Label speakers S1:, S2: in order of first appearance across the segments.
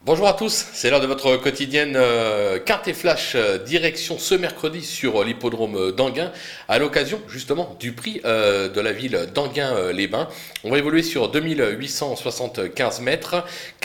S1: Bonjour à tous, c'est l'heure de votre quotidienne Quintet Flash direction ce mercredi sur l'hippodrome d'Enghien à l'occasion justement du prix de la ville d'Enghien-les-Bains. On va évoluer sur 2875 mètres,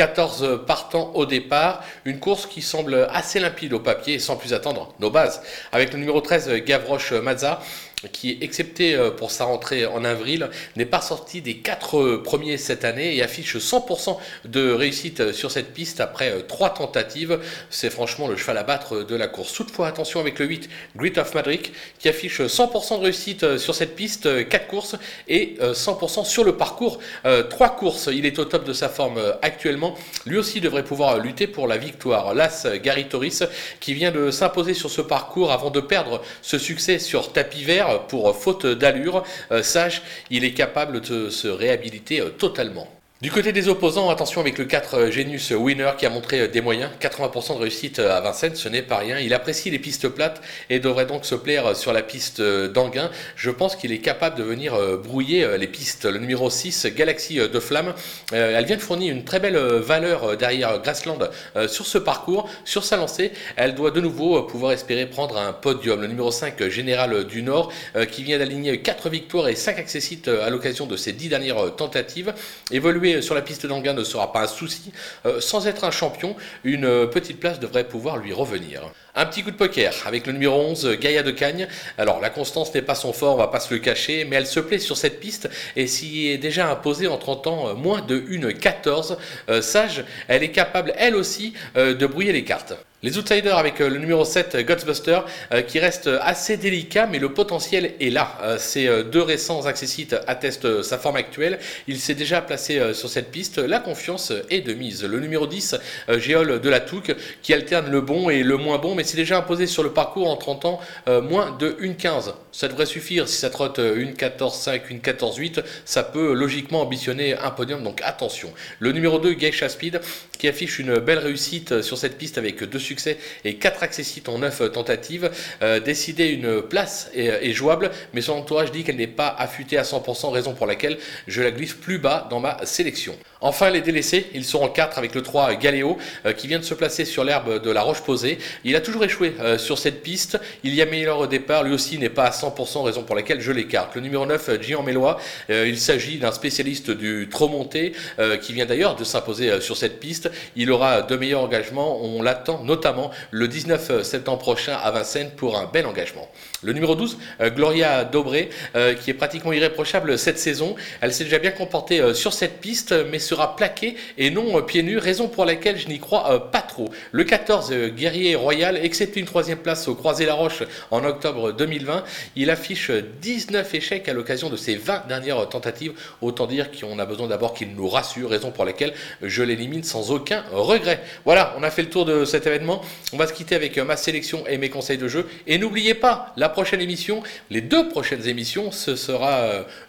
S1: 14 partants au départ, une course qui semble assez limpide au papier et sans plus attendre nos bases. Avec le numéro 13 Gavroche Mazza qui, excepté pour sa rentrée en avril, n'est pas sorti des 4 premiers cette année et affiche 100% de réussite sur cette piste après 3 tentatives. C'est franchement le cheval à battre de la course. Toutefois, attention avec le 8, Grit of Madrid, qui affiche 100% de réussite sur cette piste, 4 courses et 100% sur le parcours, 3 courses. Il est au top de sa forme actuellement. Lui aussi devrait pouvoir lutter pour la victoire. L'As Gary Toris, qui vient de s'imposer sur ce parcours avant de perdre ce succès sur tapis vert pour faute d'allure. Sage, il est capable de se réhabiliter totalement. Du côté des opposants, attention avec le 4 Genius Winner qui a montré des moyens, 80% de réussite à Vincennes, ce n'est pas rien. Il apprécie les pistes plates et devrait donc se plaire sur la piste d'Enghien. Je pense qu'il est capable de venir brouiller les pistes. Le numéro 6, Galaxy de Flamme, elle vient de fournir une très belle valeur derrière Grassland sur ce parcours, sur sa lancée. Elle doit de nouveau pouvoir espérer prendre un podium. Le numéro 5, Général du Nord, qui vient d'aligner 4 victoires et 5 accessites à l'occasion de ses 10 dernières tentatives. Évoluer sur la piste d'Enghien ne sera pas un souci. Sans être un champion, une petite place devrait pouvoir lui revenir. Un petit coup de poker avec le numéro 11, Gaïa de Cagnes. Alors la constance n'est pas son fort, on va pas se le cacher, mais elle se plaît sur cette piste et s'y est déjà imposée en 30 ans moins de 1,14. Sage, elle est capable elle aussi de brouiller les cartes. Les outsiders avec le numéro 7, Ghostbuster, qui reste assez délicat, mais le potentiel est là. Ces 2 récents accessites attestent sa forme actuelle. Il s'est déjà placé sur cette piste. La confiance est de mise. Le numéro 10, Géol de la Touque, qui alterne le bon et le moins bon, mais s'est déjà imposé sur le parcours en 30 ans moins de 1,15. Ça devrait suffire si ça trotte 1,14,5, 1,14,8. Ça peut logiquement ambitionner un podium, donc attention. Le numéro 2, Geisha Speed, qui affiche une belle réussite sur cette piste avec 2 succès et 4 accessites en 9 tentatives. Décider une place est jouable, mais son entourage dit qu'elle n'est pas affûtée à 100%, raison pour laquelle je la glisse plus bas dans ma sélection. Enfin, les délaissés, ils seront 4 avec le 3 Galéo qui vient de se placer sur l'herbe de la Roche-Posay. Il a toujours échoué sur cette piste. Il y a meilleur au départ, lui aussi n'est pas à 100%, raison pour laquelle je l'écarte. Le numéro 9, Gian Mélois, il s'agit d'un spécialiste du trop monté qui vient d'ailleurs de s'imposer sur cette piste. Il aura de meilleurs engagements, on l'attend notamment le 19 septembre prochain à Vincennes pour un bel engagement. Le numéro 12, Gloria Dobré, qui est pratiquement irréprochable cette saison. Elle s'est déjà bien comportée sur cette piste, mais sera plaquée et non pieds nus, raison pour laquelle je n'y crois pas trop. Le 14, Guerrier Royal, excepté une 3e place au Croisé-la-Roche en octobre 2020, il affiche 19 échecs à l'occasion de ses 20 dernières tentatives. Autant dire qu'on a besoin d'abord qu'il nous rassure, raison pour laquelle je l'élimine sans aucun regret. Voilà, on a fait le tour de cet événement. On va se quitter avec ma sélection et mes conseils de jeu. Et n'oubliez pas, la prochaine émission, les 2 prochaines émissions, ce sera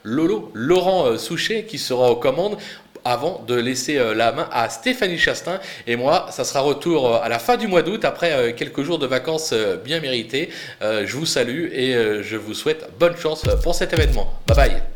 S1: Laurent Souchet qui sera aux commandes avant de laisser la main à Stéphanie Chastain. Et moi, ça sera retour à la fin du mois d'août, après quelques jours de vacances bien mérités. Je vous salue et je vous souhaite bonne chance pour cet événement. Bye bye.